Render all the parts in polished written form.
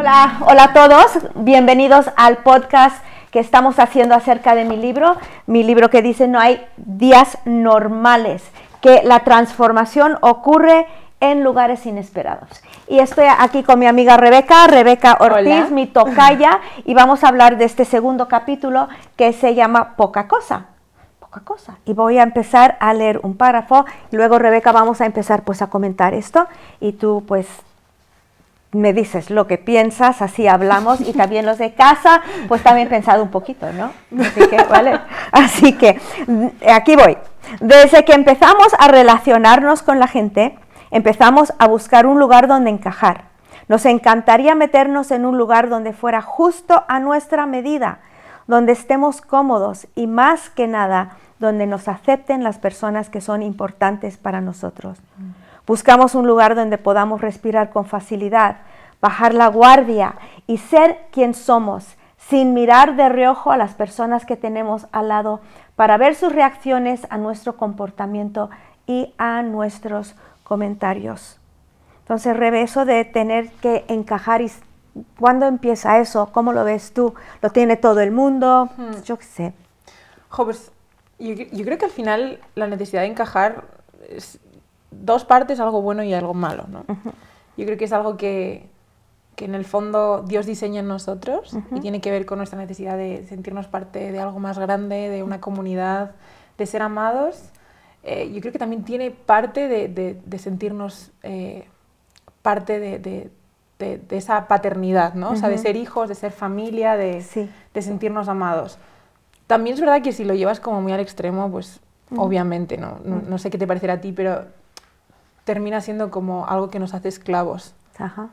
Hola, hola a todos, bienvenidos al podcast que estamos haciendo acerca de mi libro que dice no hay días normales, que la transformación ocurre en lugares inesperados. Y estoy aquí con mi amiga Rebeca Ortiz, Hola. mi tocaya, y vamos a hablar de este segundo capítulo que se llama Poca Cosa. Y voy a empezar a leer un párrafo, y luego Rebeca vamos a empezar pues a comentar esto, y tú pues me dices lo que piensas, así hablamos, y también los de casa, pues también pensado un poquito, ¿no? Así que, ¿vale? Así que, aquí voy. Desde que empezamos a relacionarnos con la gente, empezamos a buscar un lugar donde encajar. Nos encantaría meternos en un lugar donde fuera justo a nuestra medida, donde estemos cómodos y más que nada, donde nos acepten las personas que son importantes para nosotros. Buscamos un lugar donde podamos respirar con facilidad, bajar la guardia y ser quien somos, sin mirar de reojo a las personas que tenemos al lado para ver sus reacciones a nuestro comportamiento y a nuestros comentarios. Entonces, Rebe, eso de tener que encajar, ¿cuándo empieza eso? ¿Cómo lo ves tú? ¿Lo tiene todo el mundo? Yo qué sé. Pues, yo creo que al final la necesidad de encajar es dos partes, algo bueno y algo malo, ¿no? Yo creo que es algo que en el fondo Dios diseña en nosotros y tiene que ver con nuestra necesidad de sentirnos parte de algo más grande, de una comunidad, de ser amados. Yo creo que también tiene parte de sentirnos parte de esa paternidad, ¿no? O sea, de ser hijos, de ser familia, de sentirnos amados. También es verdad que si lo llevas como muy al extremo, pues obviamente, no sé qué te parecerá a ti, pero termina siendo como algo que nos hace esclavos. Ajá.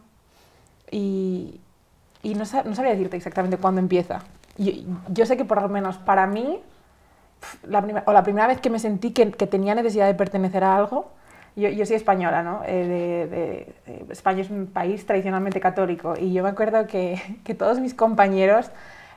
Y no sabría decirte exactamente cuándo empieza. Yo sé que por lo menos para mí, la primera vez que me sentí que tenía necesidad de pertenecer a algo, yo soy española, ¿no? España es un país tradicionalmente católico y yo me acuerdo que todos mis compañeros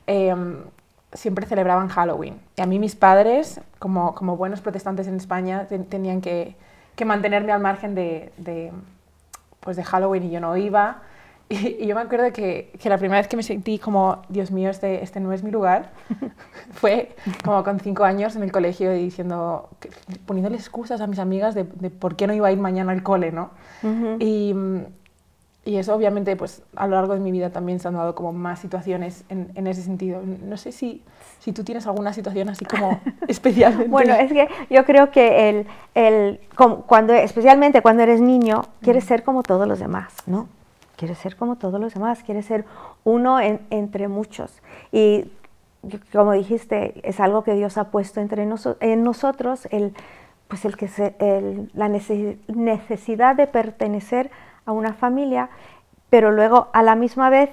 siempre celebraban Halloween. Y a mí mis padres, como buenos protestantes en España, tenían que mantenerme al margen de Halloween y yo no iba. Y yo me acuerdo que la primera vez que me sentí como, Dios mío, este no es mi lugar, fue como con 5 años en el colegio y poniéndole excusas a mis amigas de por qué no iba a ir mañana al cole, ¿no? Y eso obviamente pues a lo largo de mi vida también se han dado como más situaciones en ese sentido. No sé si tú tienes alguna situación así como especialmente... Bueno, es que yo creo que especialmente cuando eres niño, quieres ser como todos los demás, ¿no? Quieres ser como todos los demás, quieres ser uno entre muchos. Y como dijiste, es algo que Dios ha puesto en nosotros, la necesidad de pertenecer a una familia, pero luego a la misma vez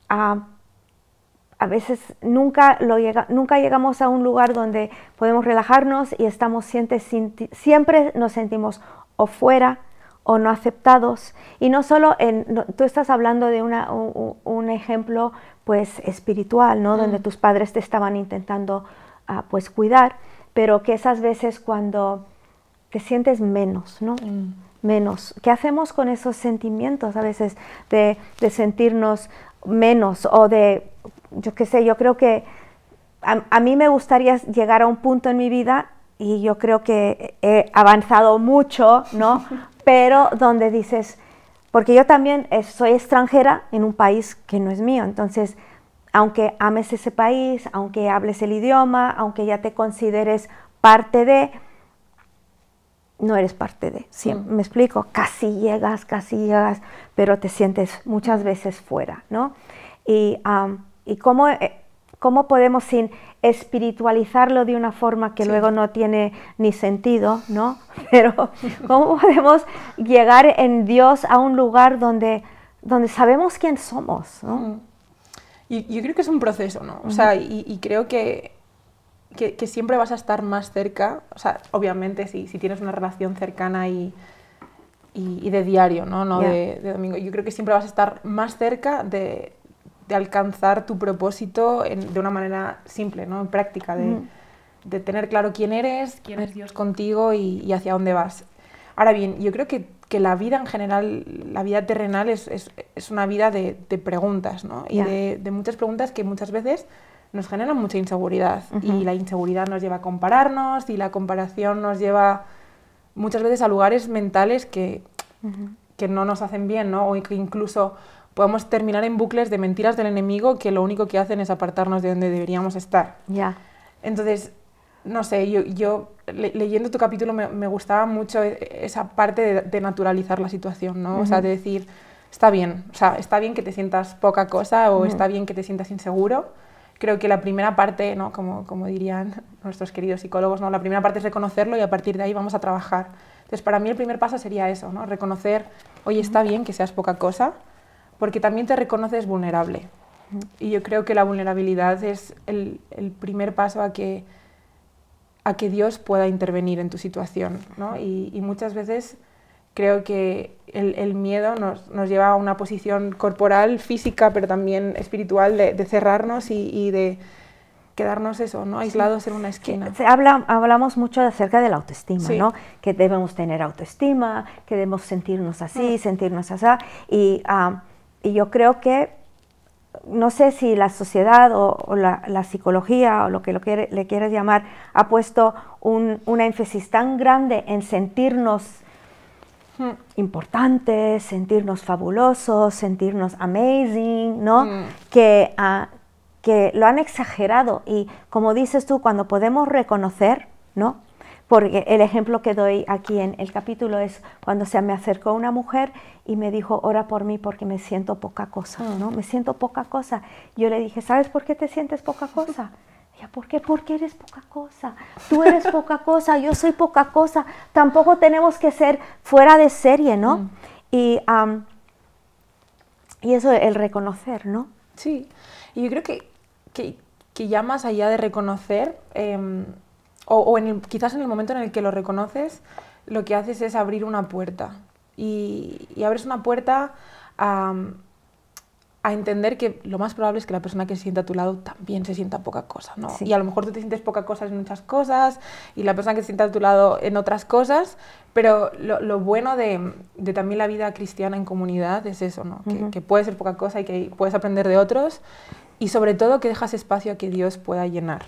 a veces nunca llegamos a un lugar donde podemos relajarnos y siempre nos sentimos o fuera o no aceptados. Y no solo tú estás hablando de un ejemplo pues espiritual, ¿no? Donde tus padres te estaban intentando pues cuidar, pero que esas veces cuando te sientes menos, ¿no? Menos. ¿Qué hacemos con esos sentimientos a veces de sentirnos menos o de, yo qué sé, yo creo que a mí me gustaría llegar a un punto en mi vida y yo creo que he avanzado mucho, ¿no? Pero donde dices, porque yo también soy extranjera en un país que no es mío, entonces, aunque ames ese país, aunque hables el idioma, aunque ya te consideres parte de, no eres parte de, ¿sí? ¿Me explico? Casi llegas, pero te sientes muchas veces fuera, ¿no? Y cómo podemos sin espiritualizarlo de una forma que luego no tiene ni sentido, ¿no? Pero cómo podemos llegar en Dios a un lugar donde sabemos quién somos, ¿no? Yo creo que es un proceso, ¿no? O sea, y creo que siempre vas a estar más cerca, o sea, obviamente si tienes una relación cercana y de diario, ¿no? De domingo. Yo creo que siempre vas a estar más cerca de alcanzar tu propósito de una manera simple, ¿no? En práctica, de tener claro quién es Dios contigo y hacia dónde vas. Ahora bien, yo creo que la vida en general, la vida terrenal es una vida de preguntas, ¿no? Y de muchas preguntas que muchas veces nos generan mucha inseguridad. Y la inseguridad nos lleva a compararnos y la comparación nos lleva muchas veces a lugares mentales que no nos hacen bien, ¿no? O que incluso podemos terminar en bucles de mentiras del enemigo que lo único que hacen es apartarnos de donde deberíamos estar. Entonces, no sé, yo leyendo tu capítulo me gustaba mucho esa parte de naturalizar la situación, ¿no? O sea, de decir, está bien, o sea, está bien que te sientas poca cosa o está bien que te sientas inseguro. Creo que la primera parte, ¿no? Como dirían nuestros queridos psicólogos, ¿no? La primera parte es reconocerlo y a partir de ahí vamos a trabajar. Entonces, para mí el primer paso sería eso, ¿no? Reconocer, oye, está bien que seas poca cosa, porque también te reconoces vulnerable. Y yo creo que la vulnerabilidad es el primer paso a que Dios pueda intervenir en tu situación, ¿no? Y muchas veces creo que el miedo nos lleva a una posición corporal, física, pero también espiritual, de cerrarnos y de quedarnos eso, ¿no? Aislados en una esquina. Hablamos mucho acerca de la autoestima, ¿no? Que debemos tener autoestima, que debemos sentirnos así, sentirnos así. Y yo creo que, no sé si la sociedad o la psicología o lo que le quieras llamar, ha puesto un énfasis tan grande en sentirnos importantes, sentirnos fabulosos, sentirnos amazing, ¿no? Que lo han exagerado y como dices tú, cuando podemos reconocer, ¿no? Porque el ejemplo que doy aquí en el capítulo es cuando se me acercó una mujer y me dijo, ora por mí porque me siento poca cosa, ¿no? Me siento poca cosa. Yo le dije, ¿sabes por qué te sientes poca cosa? Ella, ¿por qué? Porque eres poca cosa. Tú eres poca cosa, yo soy poca cosa. Tampoco tenemos que ser fuera de serie, ¿no? Y eso, el reconocer, ¿no? Sí, y yo creo que ya más allá de reconocer, quizás en el momento en el que lo reconoces, lo que haces es abrir una puerta. Y abres una puerta a entender que lo más probable es que la persona que se sienta a tu lado también se sienta poca cosa, ¿no? Sí. Y a lo mejor tú te sientes poca cosa en muchas cosas y la persona que se sienta a tu lado en otras cosas, pero lo bueno de también la vida cristiana en comunidad es eso, ¿no? Que puedes ser poca cosa y que puedes aprender de otros y sobre todo que dejas espacio a que Dios pueda llenar.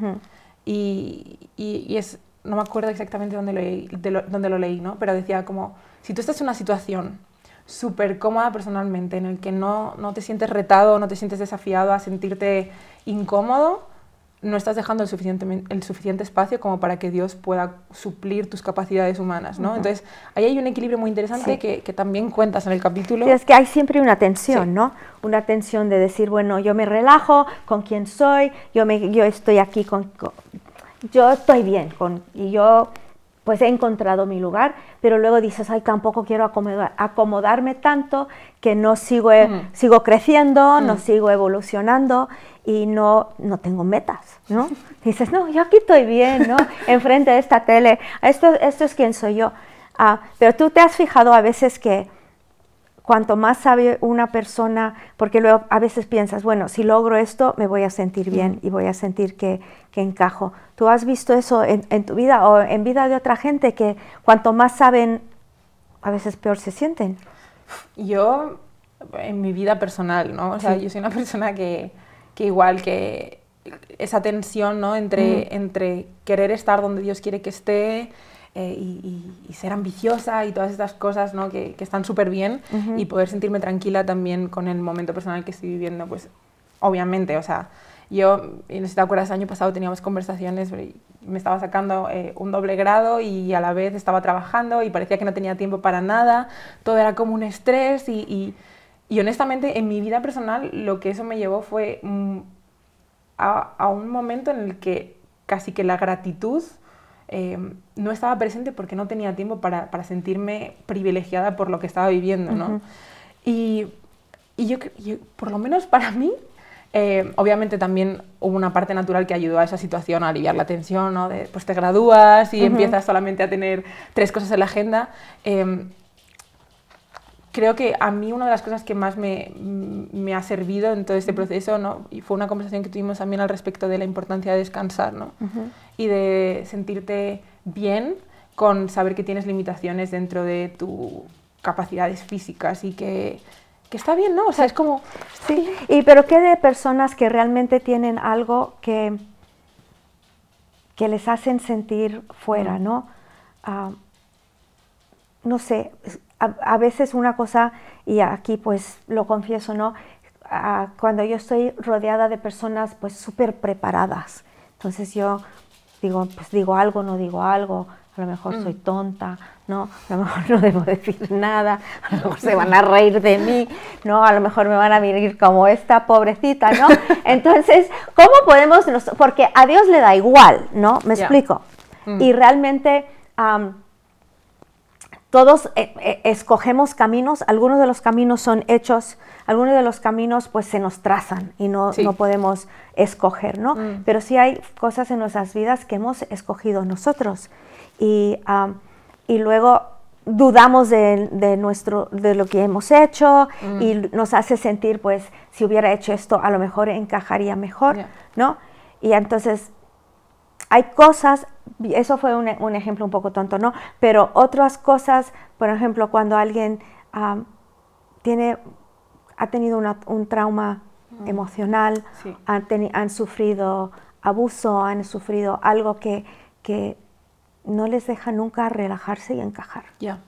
Y es, no me acuerdo exactamente dónde lo leí, ¿no? Pero decía como, si tú estás en una situación súper cómoda personalmente, en el que no te sientes retado, no te sientes desafiado a sentirte incómodo, no estás dejando el suficiente espacio como para que Dios pueda suplir tus capacidades humanas, ¿no? Entonces, ahí hay un equilibrio muy interesante que también cuentas en el capítulo. Sí, es que hay siempre una tensión, ¿no? Una tensión de decir, bueno, yo me relajo con quien soy, yo estoy aquí yo estoy bien, y yo pues he encontrado mi lugar, pero luego dices, ay, tampoco quiero acomodarme tanto que no sigo creciendo, no sigo evolucionando y no tengo metas, ¿no? Dices, no, yo aquí estoy bien, ¿no? Enfrente de esta tele, esto es quien soy yo. Pero tú te has fijado a veces que cuanto más sabe una persona, porque luego a veces piensas, bueno, si logro esto me voy a sentir bien y voy a sentir que encajo. ¿Tú has visto eso en tu vida o en vida de otra gente, que cuanto más saben, a veces peor se sienten? Yo, en mi vida personal, ¿no? O sea, yo soy una persona que igual que esa tensión, ¿no? Entre querer estar donde Dios quiere que esté y ser ambiciosa y todas estas cosas, ¿no? que están súper bien y poder sentirme tranquila también con el momento personal que estoy viviendo, pues obviamente, o sea, yo, no sé si te acuerdas, el año pasado teníamos conversaciones, me estaba sacando un doble grado y a la vez estaba trabajando y parecía que no tenía tiempo para nada, todo era como un estrés y honestamente en mi vida personal lo que eso me llevó fue a un momento en el que casi que la gratitud no estaba presente porque no tenía tiempo para sentirme privilegiada por lo que estaba viviendo, ¿no? Y yo, por lo menos para mí, obviamente también hubo una parte natural que ayudó a esa situación a aliviar la tensión, ¿no? Pues te gradúas y empiezas solamente a tener 3 cosas en la agenda. Creo que a mí una de las cosas que más me ha servido en todo este proceso, ¿no? Y fue una conversación que tuvimos también al respecto de la importancia de descansar, ¿no? Y de sentirte bien con saber que tienes limitaciones dentro de tus capacidades físicas y que está bien, ¿no? O sea, es como... Sí, pero ¿qué de personas que realmente tienen algo que les hacen sentir fuera, ¿no? No sé, a veces una cosa, y aquí pues lo confieso, ¿no? Cuando yo estoy rodeada de personas pues súper preparadas, entonces yo digo algo, no digo algo, a lo mejor soy tonta, ¿no? A lo mejor no debo decir nada, a lo mejor se van a reír de mí, ¿no? A lo mejor me van a mirar como esta pobrecita, ¿no? Entonces, ¿cómo podemos...? Porque a Dios le da igual, ¿no? ¿Me explico? Y realmente todos escogemos caminos, algunos de los caminos son hechos, algunos de los caminos pues se nos trazan y no podemos escoger, ¿no? Pero sí hay cosas en nuestras vidas que hemos escogido nosotros y luego dudamos de lo que hemos hecho y nos hace sentir pues si hubiera hecho esto a lo mejor encajaría mejor, ¿no? Y entonces hay cosas, eso fue un ejemplo un poco tonto, ¿no? Pero otras cosas, por ejemplo, cuando alguien ha tenido un trauma emocional, han sufrido abuso, han sufrido algo que no les deja nunca relajarse y encajar. Ya.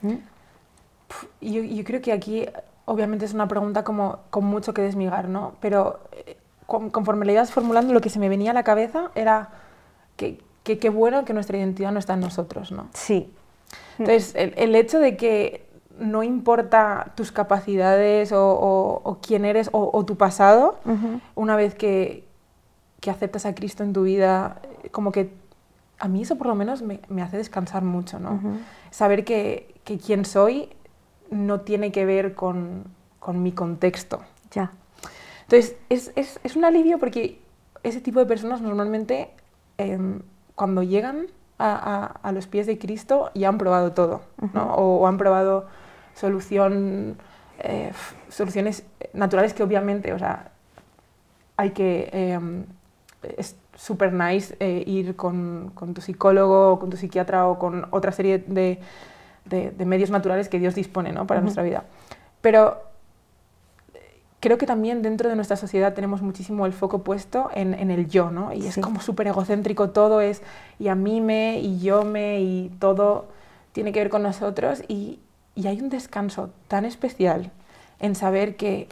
Yo creo que aquí, obviamente, es una pregunta como con mucho que desmigar, ¿no? Pero conforme la ibas formulando, lo que se me venía a la cabeza era que qué bueno que nuestra identidad no está en nosotros, ¿no? Sí. Entonces, el hecho de que no importa tus capacidades o quién eres o tu pasado, una vez que aceptas a Cristo en tu vida, como que a mí eso por lo menos me hace descansar mucho, ¿no? Saber que quién soy no tiene que ver con mi contexto. Ya. Entonces, es un alivio porque ese tipo de personas normalmente cuando llegan a los pies de Cristo ya han probado todo, ¿no? O han probado soluciones naturales que obviamente, o sea, hay que... es súper nice ir con tu psicólogo o con tu psiquiatra o con otra serie de medios naturales que Dios dispone, ¿no? Para nuestra vida. Pero creo que también dentro de nuestra sociedad tenemos muchísimo el foco puesto en el yo, ¿no? Y es como súper egocéntrico, todo es y a mí me, y yo me, y todo tiene que ver con nosotros. Y hay un descanso tan especial en saber que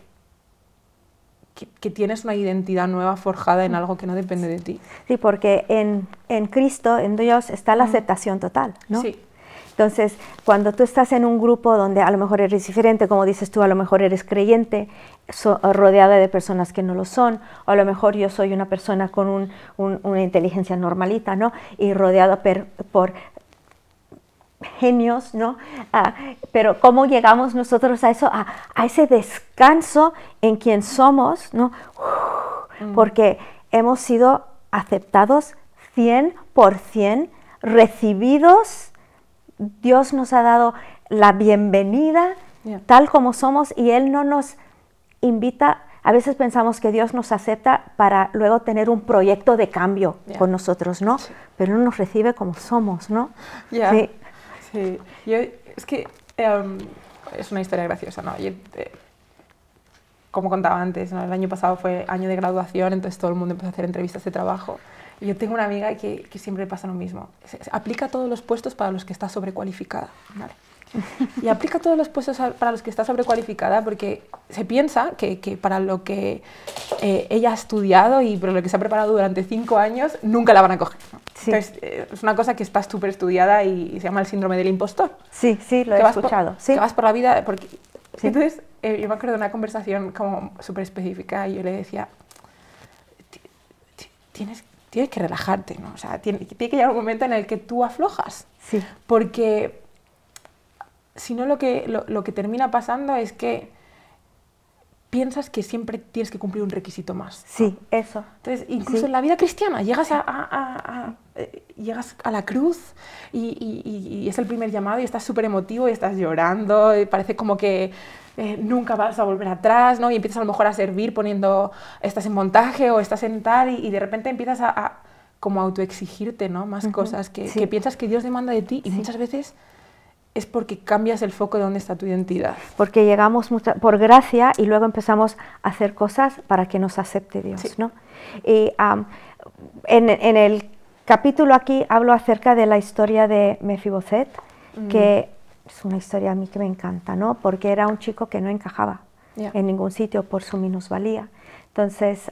tienes una identidad nueva forjada en algo que no depende de ti. Sí, porque en Cristo, en Dios, está la aceptación total, ¿no? Sí. Entonces, cuando tú estás en un grupo donde a lo mejor eres diferente, como dices tú, a lo mejor eres creyente, rodeada de personas que no lo son, o a lo mejor yo soy una persona con una inteligencia normalita, ¿no? Y rodeada por genios, ¿no? Pero ¿cómo llegamos nosotros a eso? A ese descanso en quien somos, ¿no? Porque hemos sido aceptados 100%, recibidos. Dios nos ha dado la bienvenida tal como somos y Él no nos invita. A veces pensamos que Dios nos acepta para luego tener un proyecto de cambio con nosotros, ¿no? Sí. Pero Él nos recibe como somos, ¿no? Sí. Sí. Es que es una historia graciosa, ¿no? Como contaba antes, ¿no? El año pasado fue año de graduación, entonces todo el mundo empezó a hacer entrevistas de trabajo. Y yo tengo una amiga que siempre pasa lo mismo. Aplica todos los puestos para los que está sobrecualificada, ¿vale? Y aplica todos los puestos para los que está sobrecualificada porque se piensa que para lo que ella ha estudiado y por lo que se ha preparado durante 5 años, nunca la van a coger, ¿no? Sí. Entonces, es una cosa que está súper estudiada y se llama el síndrome del impostor. Sí, sí, lo he escuchado. Que vas por la vida... Porque, sí. Entonces, yo me acuerdo de una conversación como súper específica y yo le decía, tienes que relajarte, ¿no? O sea, tiene que llegar un momento en el que tú aflojas. Sí. Porque si no lo que termina pasando es que piensas que siempre tienes que cumplir un requisito más, ¿no? Sí, eso. Entonces, incluso en la vida cristiana, llegas llegas a la cruz y es el primer llamado y estás súper emotivo y estás llorando y parece como que nunca vas a volver atrás, ¿no? Y empiezas a lo mejor a servir estás en montaje o estás en tal y de repente empiezas como autoexigirte, ¿no? Más cosas que piensas que Dios demanda de ti y muchas veces es porque cambias el foco de dónde está tu identidad. Porque llegamos por gracia y luego empezamos a hacer cosas para que nos acepte Dios, ¿no? Y en el capítulo aquí hablo acerca de la historia de Mefiboset, que es una historia a mí que me encanta, ¿no? Porque era un chico que no encajaba en ningún sitio por su minusvalía. Entonces,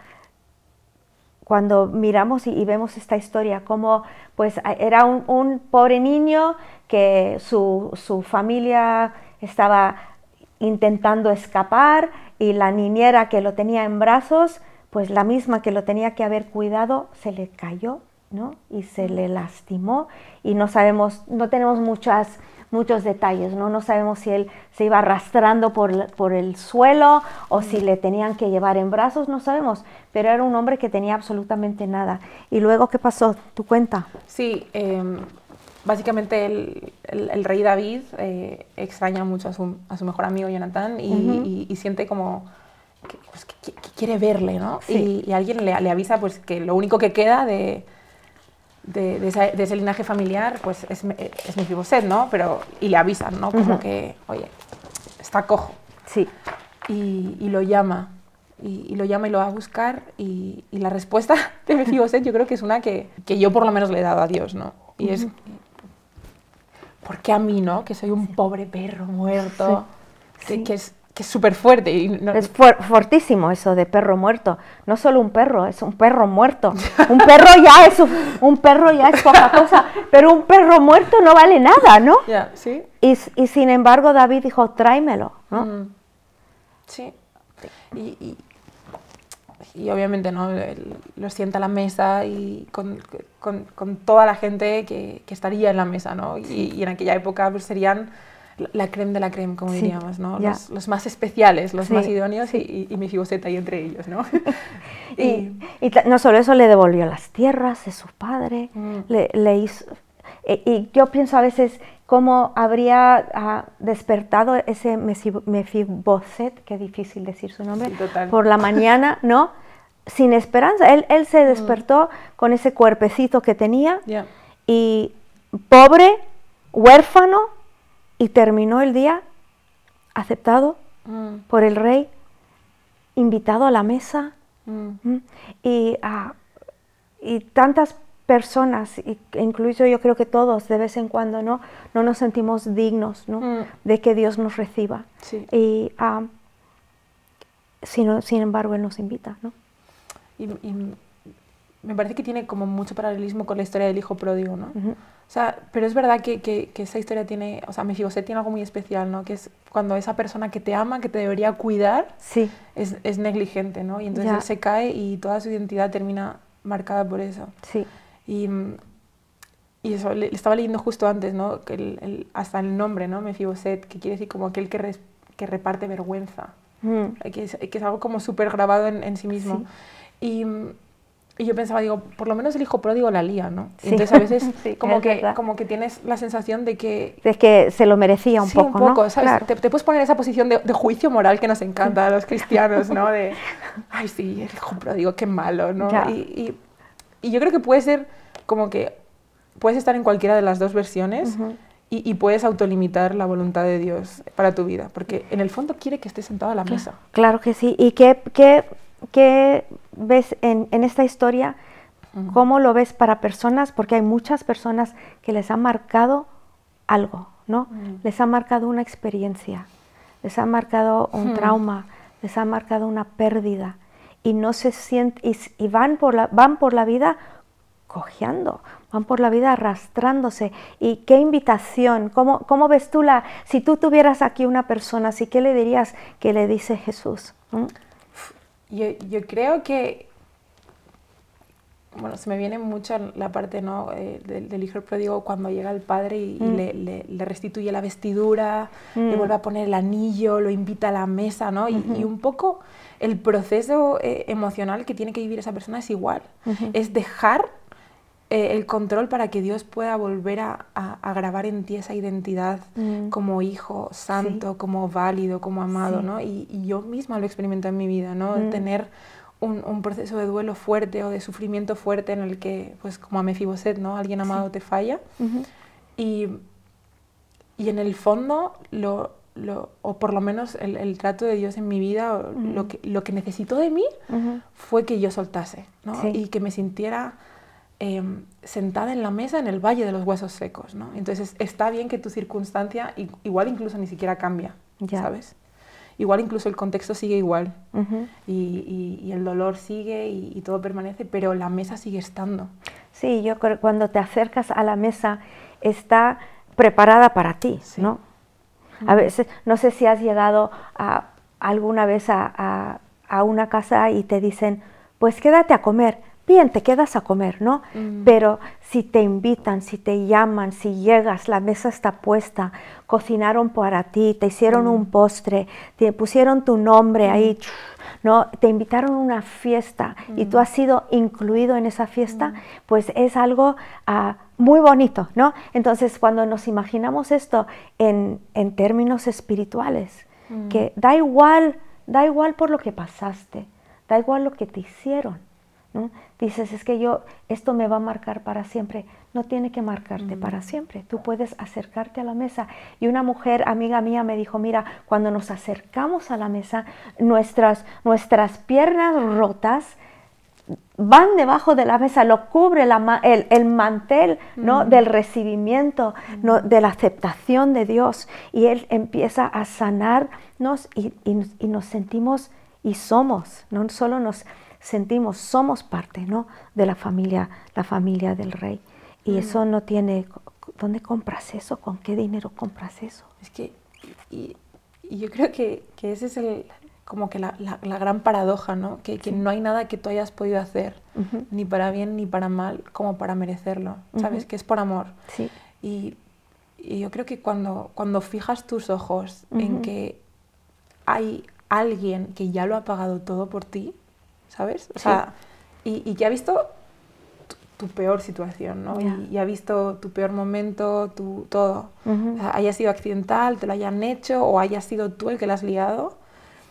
cuando miramos y vemos esta historia, como pues era un pobre niño que su familia estaba intentando escapar y la niñera que lo tenía en brazos, pues la misma que lo tenía que haber cuidado, se le cayó, ¿no? Y se le lastimó y no sabemos, no tenemos muchos detalles, ¿no? No sabemos si él se iba arrastrando por el suelo o si le tenían que llevar en brazos, no sabemos, pero era un hombre que tenía absolutamente nada. ¿Y luego qué pasó? ¿Tu cuenta? Sí, básicamente el rey David extraña mucho a su mejor amigo Jonatán y siente como que quiere verle, ¿no? Sí. Y alguien le avisa pues, que lo único que queda de ese linaje familiar pues es Mefiboset, ¿no? Y le avisan, ¿no? Como que, oye, está cojo. Sí. Y lo llama. Y lo llama y lo va a buscar. Y la respuesta de Mefiboset yo creo que es una que yo por lo menos le he dado a Dios, ¿no? Y es, ¿por qué a mí, no? Que soy un pobre perro muerto, que es súper fuerte. Y no, es fortísimo eso de perro muerto. No solo un perro, es un perro muerto. Un perro ya es poca cosa, pero un perro muerto no vale nada, ¿no? ¿sí? Y sin embargo David dijo, tráemelo, ¿no? Sí. Y obviamente, ¿no? Lo sienta a la mesa y con toda la gente que estaría en la mesa, ¿no? Y en aquella época pues, serían la creme de la creme, como diríamos, ¿no? Los más especiales, los más idóneos y Mefiboset ahí entre ellos, ¿no? y no solo eso, le devolvió las tierras de su padre, le hizo... Y yo pienso a veces cómo habría despertado ese Mefiboset, qué difícil decir su nombre, por la mañana, ¿no? Sin esperanza. Él se despertó con ese cuerpecito que tenía y pobre, huérfano, y terminó el día aceptado por el rey, invitado a la mesa. Y tantas personas, incluso yo creo que todos, de vez en cuando no nos sentimos dignos, ¿no? De que Dios nos reciba. Sí. Y sin embargo, Él nos invita, ¿no? Y me parece que tiene como mucho paralelismo con la historia del hijo pródigo, ¿no? O sea, pero es verdad que esa historia tiene, o sea, Mefiboset tiene algo muy especial, ¿no? Que es cuando esa persona que te ama, que te debería cuidar, es negligente, ¿no? Y entonces él se cae y toda su identidad termina marcada por eso. Sí. Y eso, le estaba leyendo justo antes, ¿no? Hasta el nombre, ¿no? Mefiboset, que quiere decir como aquel que reparte vergüenza. Que es algo como súper grabado en sí mismo. Sí. Y yo pensaba, digo, por lo menos el hijo pródigo la lía, ¿no? Sí. Entonces a veces como que tienes la sensación de que se lo merecía un poco, un poco, ¿no? ¿sabes? Claro. Te puedes poner en esa posición de juicio moral que nos encanta a los cristianos, ¿no? De, ay, sí, el hijo pródigo, qué malo, ¿no? Y yo creo que puede ser como que puedes estar en cualquiera de las dos versiones y puedes autolimitar la voluntad de Dios para tu vida, porque en el fondo quiere que estés sentado a la mesa. Claro que sí. ¿Y qué ves en esta historia? ¿Cómo lo ves para personas? Porque hay muchas personas que les ha marcado algo, ¿no? Les ha marcado una experiencia, les ha marcado un trauma, les ha marcado una pérdida y no se sienten y van por la vida cojeando, van por la vida arrastrándose. ¿Y qué invitación? ¿Cómo ves tú si tú tuvieras aquí una persona, ¿sí qué le dirías que le dice Jesús? Yo creo que, bueno, se me viene mucho la parte, ¿no? del hijo pródigo cuando llega el padre y le restituye la vestidura, le vuelve a poner el anillo, lo invita a la mesa, ¿no? Y un poco el proceso emocional que tiene que vivir esa persona es igual. Es dejar el control para que Dios pueda volver a grabar en ti esa identidad como hijo santo, como válido, como amado, ¿no? Y yo misma lo experimento en mi vida, ¿no? Tener un proceso de duelo fuerte o de sufrimiento fuerte en el que, pues como a Mefiboset, ¿no? Alguien amado te falla. Y en el fondo, o por lo menos el trato de Dios en mi vida, lo que necesitó de mí fue que yo soltase, ¿no? Sí. Y que me sintiera sentada en la mesa en el valle de los huesos secos, ¿no? Entonces está bien que tu circunstancia igual incluso ni siquiera cambia, ¿sabes? Igual incluso el contexto sigue igual y el dolor sigue y todo permanece, pero la mesa sigue estando. Sí, yo creo que cuando te acercas a la mesa está preparada para ti, sí. ¿No? A veces, no sé si has llegado alguna vez a una casa y te dicen, pues quédate a comer. Bien, te quedas a comer, ¿no? Pero si te invitan, si te llaman, si llegas, la mesa está puesta, cocinaron para ti, te hicieron un postre, te pusieron tu nombre ahí, ¿no? Te invitaron a una fiesta y tú has sido incluido en esa fiesta, pues es algo muy bonito, ¿no? Entonces, cuando nos imaginamos esto en términos espirituales, que da igual por lo que pasaste, da igual lo que te hicieron, ¿no? Dices, es que esto me va a marcar para siempre. No tiene que marcarte para siempre. Tú puedes acercarte a la mesa. Y una mujer, amiga mía, me dijo, mira, cuando nos acercamos a la mesa, nuestras piernas rotas van debajo de la mesa, lo cubre el mantel, ¿no? Del recibimiento, ¿no? De la aceptación de Dios. Y Él empieza a sanarnos y nos sentimos y somos, no solo nos sentimos, somos parte, ¿no? De la familia del Rey. Y eso no tiene, ¿dónde compras eso? ¿Con qué dinero compras eso? Es que, y yo creo que ese es como que la gran paradoja, ¿no? Que no hay nada que tú hayas podido hacer, ni para bien ni para mal, como para merecerlo, ¿sabes? Que es por amor. Sí. Y yo creo que cuando fijas tus ojos en que hay alguien que ya lo ha pagado todo por ti, ¿sabes? O sea, y que ha visto tu peor situación, ¿no? Y ha visto tu peor momento, todo. O sea, haya sido accidental, te lo hayan hecho, o haya sido tú el que la has liado.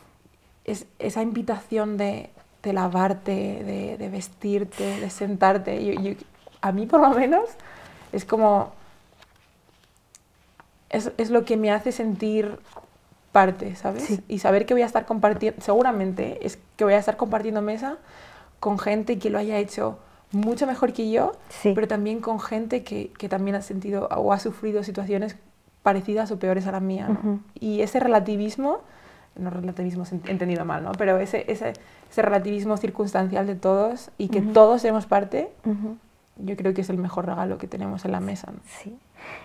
Esa invitación de lavarte, de vestirte, de sentarte, a mí por lo menos es como... Es lo que me hace sentir parte, ¿sabes? Sí. Y saber que voy a estar compartiendo, seguramente es que voy a estar compartiendo mesa con gente que lo haya hecho mucho mejor que yo, pero también con gente que también ha sentido o ha sufrido situaciones parecidas o peores a la mía, ¿no? Y ese relativismo, no relativismo entendido mal, ¿no? Pero ese relativismo circunstancial de todos y que todos somos parte, yo creo que es el mejor regalo que tenemos en la mesa, ¿no? Sí.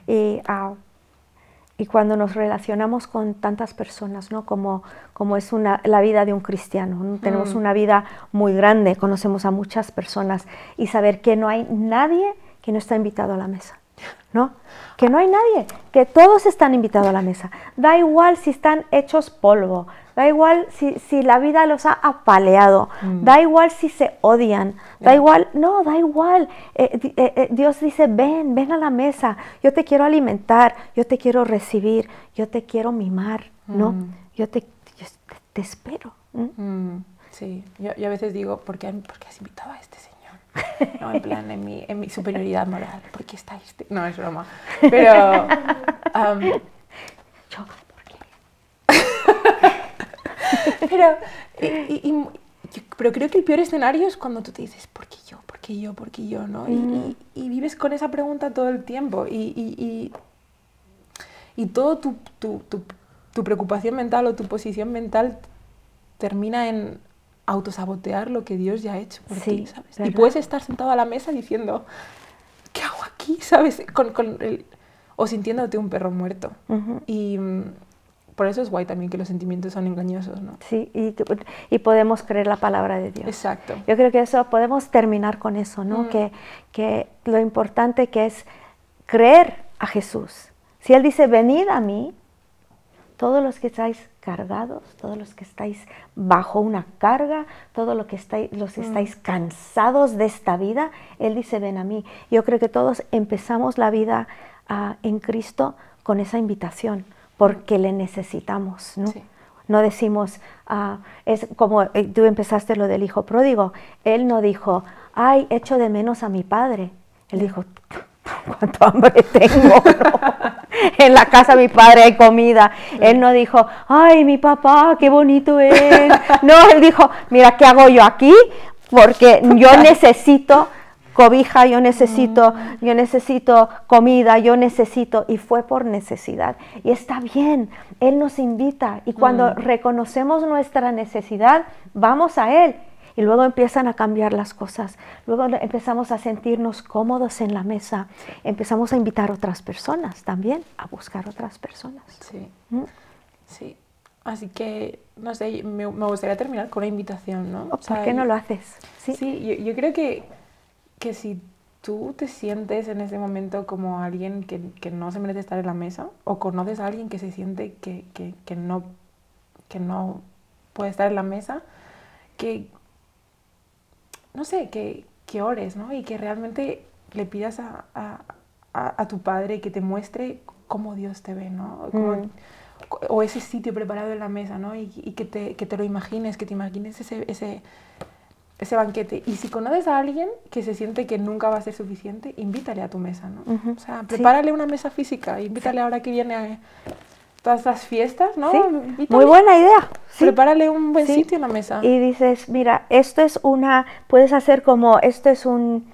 Y cuando nos relacionamos con tantas personas, ¿no? Como es la vida de un cristiano, ¿no? Tenemos una vida muy grande, conocemos a muchas personas, y saber que no hay nadie que no está invitado a la mesa, ¿no? Que no hay nadie, que todos están invitados a la mesa. Da igual si están hechos polvo, da igual si la vida los ha apaleado, da igual si se odian, da igual, no, da igual. Dios dice, ven a la mesa, yo te quiero alimentar, yo te quiero recibir, yo te quiero mimar, ¿no? Yo te espero. Sí, yo a veces digo, ¿por qué has invitado a este señor? No, en plan, en mi superioridad moral, ¿por qué está este? No, es broma. Pero... Pero creo que el peor escenario es cuando tú te dices, ¿por qué yo? ¿No? Y vives con esa pregunta todo el tiempo. Y todo tu preocupación mental o tu posición mental termina en autosabotear lo que Dios ya ha hecho por ti, ¿sabes? ¿Verdad? Y puedes estar sentado a la mesa diciendo, ¿qué hago aquí? ¿Sabes? O sintiéndote un perro muerto. Y por eso es guay también que los sentimientos son engañosos, ¿no? Sí, y podemos creer la palabra de Dios. Exacto. Yo creo que eso, podemos terminar con eso, ¿no? Que lo importante que es creer a Jesús. Si Él dice, venid a mí, todos los que estáis cargados, todos los que estáis bajo una carga, todos los que estáis cansados de esta vida, Él dice, ven a mí. Yo creo que todos empezamos la vida en Cristo con esa invitación, porque le necesitamos, ¿no? Sí. No decimos, es como tú empezaste lo del hijo pródigo. Él no dijo, ay, echo de menos a mi padre. Él dijo, cuánto hambre tengo, ¿no? En la casa de mi padre hay comida. Él no dijo, ay, mi papá, qué bonito es. No, él dijo, mira, ¿qué hago yo aquí? Porque yo necesito cobija, yo necesito comida, yo necesito, y fue por necesidad. Y está bien, Él nos invita, y cuando reconocemos nuestra necesidad, vamos a Él. Y luego empiezan a cambiar las cosas. Luego empezamos a sentirnos cómodos en la mesa. Empezamos a invitar a otras personas también, a buscar otras personas. Sí, sí. Así que, no sé, me gustaría terminar con una invitación, ¿no? ¿Por qué no lo haces? Sí, yo creo que si tú te sientes en ese momento como alguien que no se merece estar en la mesa, o conoces a alguien que se siente que no puede estar en la mesa, no sé, que ores, ¿no? Y que realmente le pidas a tu padre que te muestre cómo Dios te ve, ¿no? O ese sitio preparado en la mesa, ¿no? Y que te lo imagines, que te imagines ese banquete. Y si conoces a alguien que se siente que nunca va a ser suficiente, invítale a tu mesa, ¿no? O sea, prepárale una mesa física, invítale ahora que viene a todas las fiestas, ¿no? Sí, muy buena idea. Sí. Prepárale un buen sitio en la mesa. Y dices, mira, esto es puedes hacer como, esto es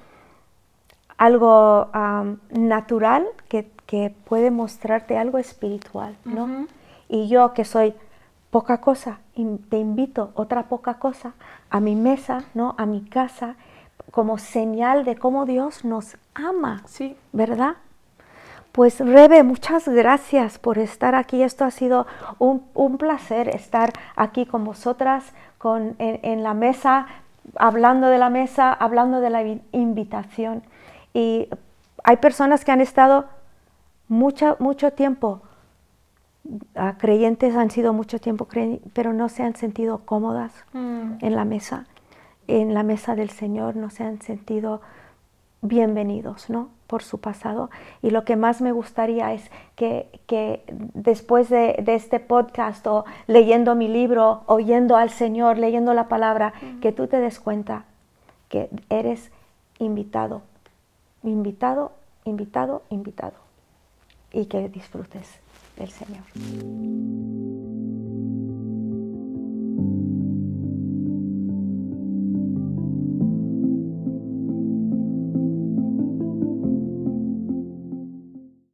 algo natural que puede mostrarte algo espiritual, ¿no? Y yo que soy poca cosa, te invito otra poca cosa a mi mesa, ¿no? A mi casa, como señal de cómo Dios nos ama, sí, ¿verdad? Pues Rebe, muchas gracias por estar aquí. Esto ha sido un placer estar aquí con vosotras en la mesa, hablando de la mesa, hablando de la invitación. Y hay personas que han estado mucho tiempo, creyentes han sido mucho tiempo creyentes, pero no se han sentido cómodas en la mesa del Señor, no se han sentido bienvenidos, ¿no? Por su pasado. Y lo que más me gustaría es que después de este podcast, o leyendo mi libro, oyendo al Señor, leyendo la palabra, que tú te des cuenta que eres invitado, invitado, invitado, invitado, y que disfrutes del Señor.